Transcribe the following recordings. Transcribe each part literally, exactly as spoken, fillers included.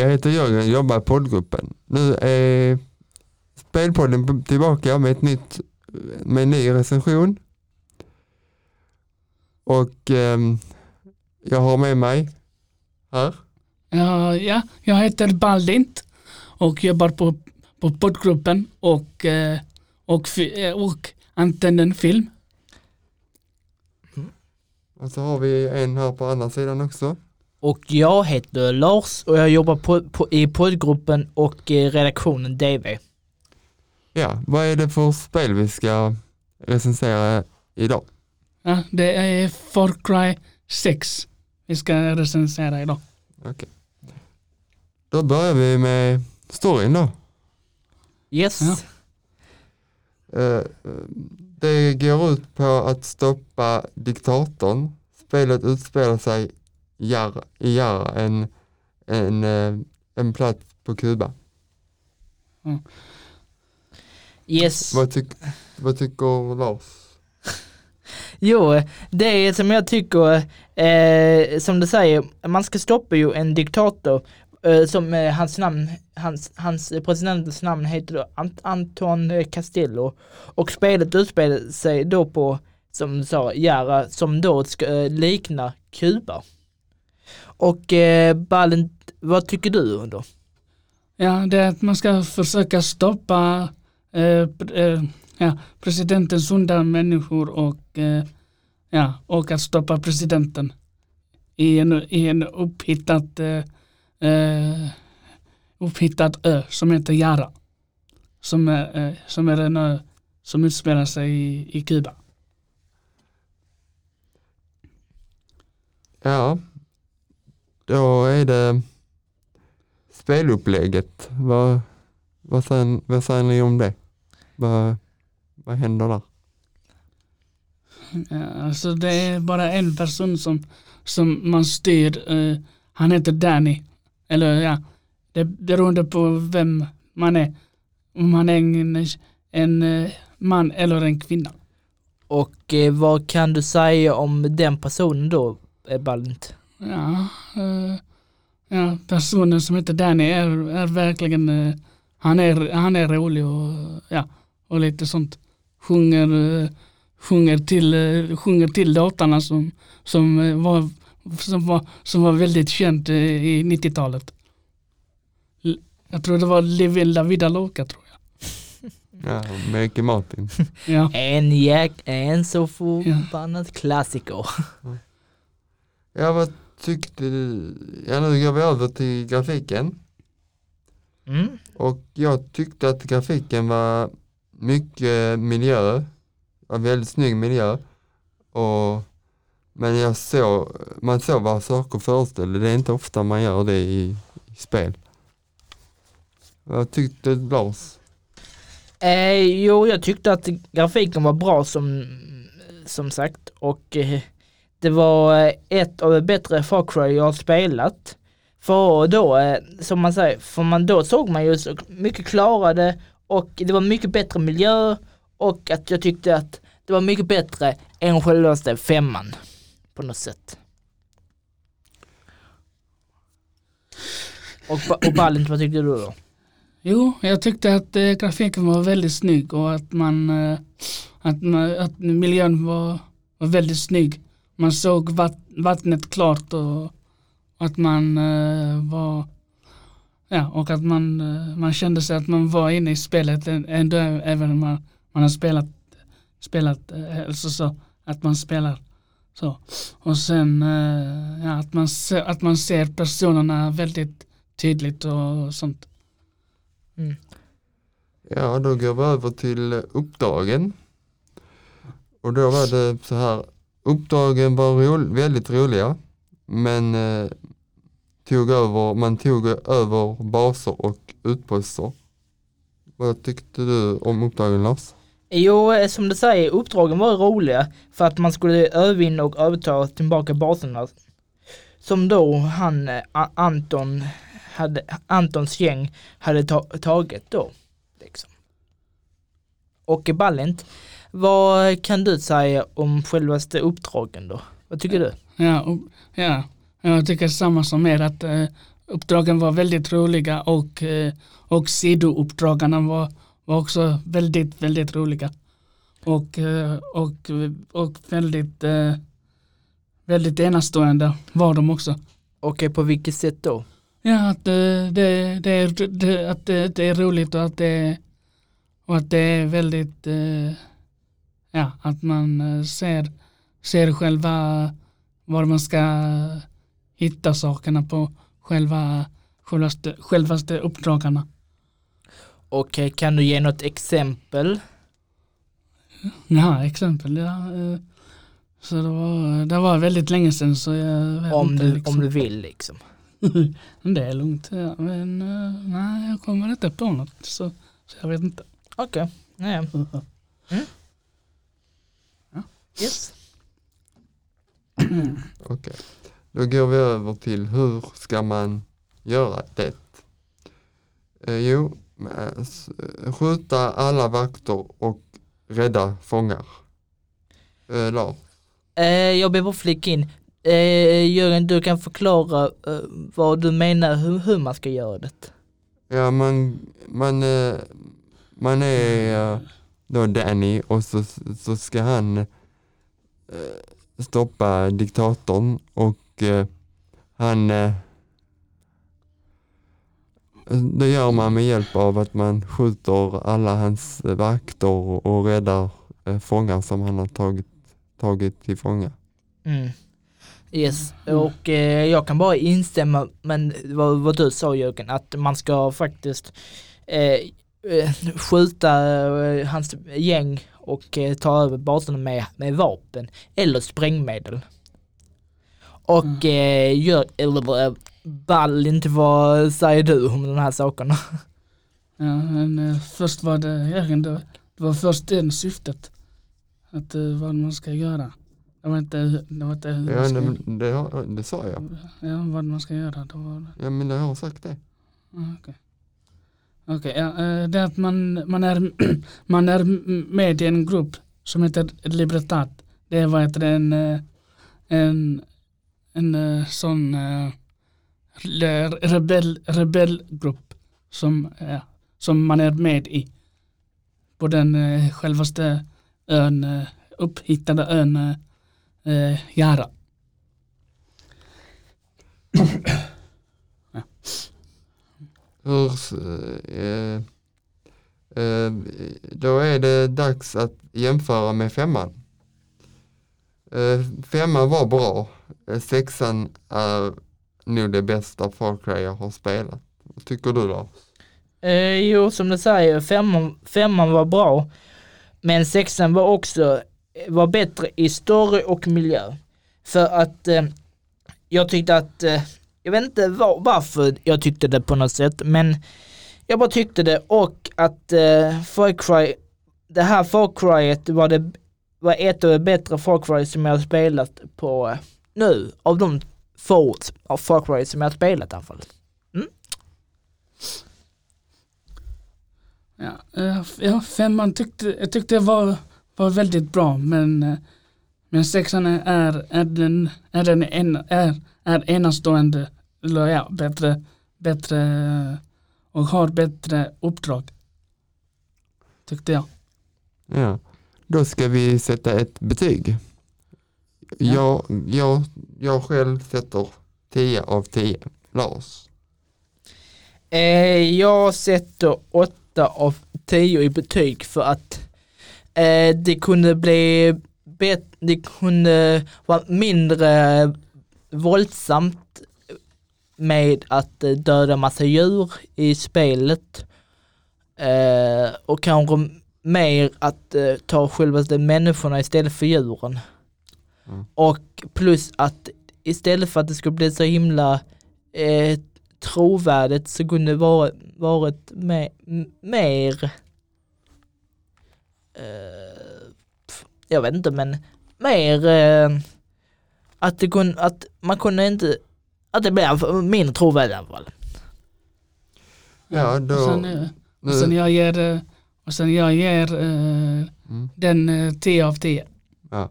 jag heter Jörgen och jobbar i poddgruppen. Nu är Spelpodden tillbaka med ett nytt med en ny recension. Och eh, jag har med mig här. Ja, ja, jag heter Baldint och jobbar på, på poddgruppen och, eh, och, och Antennen Film. Och så har vi en här på andra sidan också. Och jag heter Lars och jag jobbar på, på, i poddgruppen och eh, redaktionen D V. Ja, vad är det för spel vi ska recensera idag? Ja, det är Far Cry sex vi ska recensera idag. Okej. Okay. Då börjar vi med storyn då. Yes. Ja. Uh, det går ut på att stoppa diktatorn. Spelet utspelar sig i Jara, i Jara en, en, en plats på Kuba. Mm. Yes. Vad, tyck, vad tycker Lars? Jo, det är som jag tycker, eh, som du säger, man ska stoppa ju en diktator eh, som eh, hans namn, hans, hans presidentens namn heter då Ant- Anton Castillo, och spelet utspelar sig då på, som du sa, Jara, som då ska eh, likna Kuba. Och eh, Ballen, vad tycker du då? Ja, det är att man ska försöka stoppa eh, eh, ja, presidentens onda människor och, eh, ja, och att stoppa presidenten i en, i en upphittad, eh, eh, upphittad ö som heter Jara. Som är, eh, som är en ö som utspelar sig i, i Kuba. Ja, då är det spelupplägget. Vad, vad, säger, vad säger ni om det? Vad, vad händer där? Ja, alltså det är bara en person som, som man styr. Uh, han heter Danny. Eller ja, det beroende på vem man är. Om man är en, en uh, man eller en kvinna. Och eh, vad kan du säga om den personen då, Ballint? Ja, uh, ja, personen som heter Danny är, är verkligen uh, han, är, han är rolig och, ja, och lite sånt. Sjunger, uh, sjunger, till, uh, sjunger till låtarna som, som, uh, var, som, var, som var väldigt känt uh, i nittiotalet. L- jag tror det var Livin La Vida Loca, tror jag. Ja, Ricky Martin. Ja. En jäk, en så förbannad ja. klassiker. Ja, vad tyckte du? Ja, nu går vi över till grafiken. Mm. Och jag tyckte att grafiken var mycket miljö. Var väldigt snygg miljö. Och, men jag såg, man såg vad saker föreställde. Det är inte ofta man gör det i, i spel. Vad tyckte du, Lars? Eh, jo, jag tyckte att grafiken var bra som, som sagt. Och eh, det var ett av de bättre Far Cry jag har spelat. För då, eh, som man säger, för man då såg man ju så mycket klarare och det var mycket bättre miljö, och att jag tyckte att det var mycket bättre än självaste femman på något sätt. Och, och Ballint, vad tyckte du då? Jo, jag tyckte att eh, grafiken var väldigt snygg och att man eh, att, att miljön var, var väldigt snygg. Man såg vatt, vattnet klart och att man eh, var ja, och att man eh, man kände sig att man var inne i spelet ändå, även om man, man har spelat spelat eh, alltså så att man spelar så. Och sen eh, ja, att man ser, att man ser personerna väldigt tydligt och sånt. Mm. Ja, då går vi över till uppdragen. Och då var det så här, uppdragen var ro, väldigt roliga, men eh, tog över, man tog över baser och utposter. Vad tyckte du om uppdragen, Lars? Jo, som du säger, uppdragen var roliga för att man skulle övervinna och överta tillbaka baserna. Som då han, Anton, hade, Antons gäng hade ta, tagit då. Liksom. Och Ballint, vad kan du säga om självaste uppdragen då? Vad tycker du? Ja, och, ja, jag tycker samma som er att uh, uppdragen var väldigt roliga och, eh, och sidouppdragarna var, var också väldigt, väldigt roliga. Och, eh, och, och väldigt, eh, väldigt enastående var de också. Och på vilket sätt då? Ja, att, eh, det, det, är, det, att det, det är roligt och att det, och att det är väldigt, eh, ja, att man eh, ser, ser själva var man ska hitta sakerna på själva självaste, självaste uppdragarna. Och eh, kan du ge något exempel? Ja, exempel. Ja. eh, Så det var, det var väldigt länge sedan så jag vet Om inte. du, Liksom. om du vill liksom. Det är lugnt. Ja. Men eh, nej, jag kommer inte på något. Så, så jag vet inte. Okej. Okay. Ja. Mm. Ja. Yes. Okej. Okay. Då går vi över till hur ska man göra det? Eh, jo, eh, skjuta alla vakter och rädda fångar. Eh, Lars. Eh, jag behöver flika in. Eh, Jörgen, du kan förklara eh, vad du menar, hur, hur man ska göra det. Ja, man, man, eh, man är eh, då Danny och så, så ska han eh, stoppa diktatorn och eh, han eh, det gör man med hjälp av att man skjuter alla hans vakter och räddar eh, fångar som han har tagit, tagit till fånga. Mm. Yes, och eh, jag kan bara instämma men vad, vad du sa Jörgen, att man ska faktiskt eh, eh, skjuta eh, hans gäng och eh, ta över baserna med, med vapen eller sprängmedel. Och Mm. eh, gör, eller eh, ball inte vad säger du om de här sakerna? Ja, men eh, först var det, Jörgen, det, det var först det syftet. Att eh, vad man ska göra. Det var inte, det var inte hur Ja, man ska, det, det, har- det sa jag. ja, vad man ska göra. Det var, Ja, men jag har sagt det. ja, okej. Okej, ja, eh, det är att man, man, är, man är med i en grupp som heter Libertad. Det är vad heter det, en, eh, en, en eh, sån eh, re- rebell, rebellgrupp som, ja, som man är med i. På den eh, självaste ön, eh, upphittade ön eh, eh, Jara. Hur, eh, eh, då är det dags att jämföra med femman. Eh, femman var bra. Eh, sexan är nog det bästa Far Cry jag har spelat. Vad tycker du Lars? Eh, jo, som du säger, femman, femman var bra. Men sexan var också var bättre i story och miljö. För att eh, jag tyckte att, eh, jag vet inte var, varför jag tyckte det på något sätt, men jag bara tyckte det. Och att eh, Far Cry, det här Far Cryet var, det, var ett av de bättre Far Cry som jag har spelat på eh, nu. Av de få av Far Cry som jag har spelat i alla fall. Ja, eh, ja, femman tyckte, jag tyckte det var, var väldigt bra, men, eh, men sexan är, är, den, är, den en, är, är enastående, eller ja, bättre, bättre eh, och har bättre uppdrag, tyckte jag. Ja, då ska vi sätta ett betyg. Ja. Jag, jag, jag själv sätter tio av tio. Lars? Eh, jag sätter åtta av tio i betyg för att eh, det kunde bli bet- det kunde vara mindre våldsamt med att eh, döda massa djur i spelet eh, och kanske mer att eh, ta själva de människorna istället för djuren. Mm. Och plus att istället för att det skulle bli så himla eh, trovärdigt så kunde det vara, varit mer, mer eh, jag vet inte men mer eh, att det kunde, att man kunde inte att det blev mindre trovärdigt i alla fall. Ja, då... Och sen, eh, och sen jag ger, eh, och sen jag ger eh, Mm. den eh, tio av tio Ja.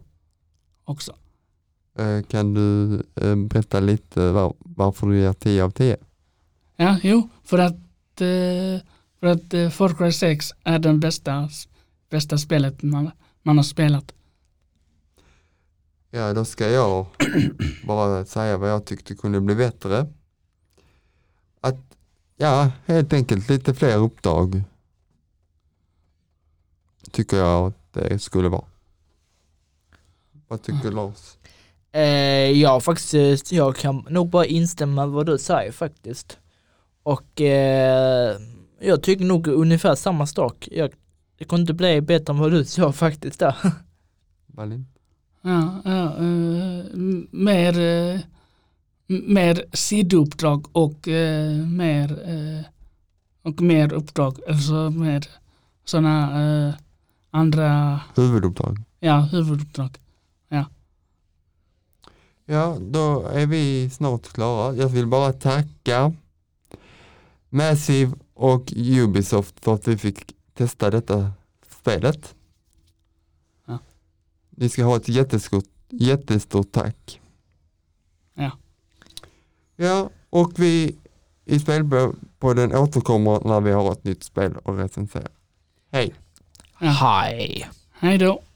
också. Eh, Kan du eh, berätta lite var, varför du ger tio av tio? Ja, jo, för att, eh, för att eh, Far Cry sex är den bästa, bästa spelet man, man har spelat. Ja, då ska jag bara säga vad jag tyckte kunde bli bättre. Att, ja, helt enkelt lite fler uppdrag tycker jag att det skulle vara. Vad tycker Lars? Eh, ja, faktiskt, jag kan nog bara instämma vad du säger faktiskt. Och eh, jag tycker nog ungefär samma sak. Jag, det kunde inte bli bättre än vad du sa faktiskt där. Malin? Ja, ja eh, mer, eh, mer sidouppdrag och eh, mer eh, och mer uppdrag, alltså mer sådana eh, andra, Huvuduppdrag. ja, huvuduppdrag. Ja, då är vi snart klara. Jag vill bara tacka Massive och Ubisoft för att vi fick testa detta spelet. Ja. Ni ska ha ett jättestort, jättestort tack. Ja. Ja, och vi i Spelpodden återkommer när vi har ett nytt spel att recensera. Hej! Ja. Hej! Hej då!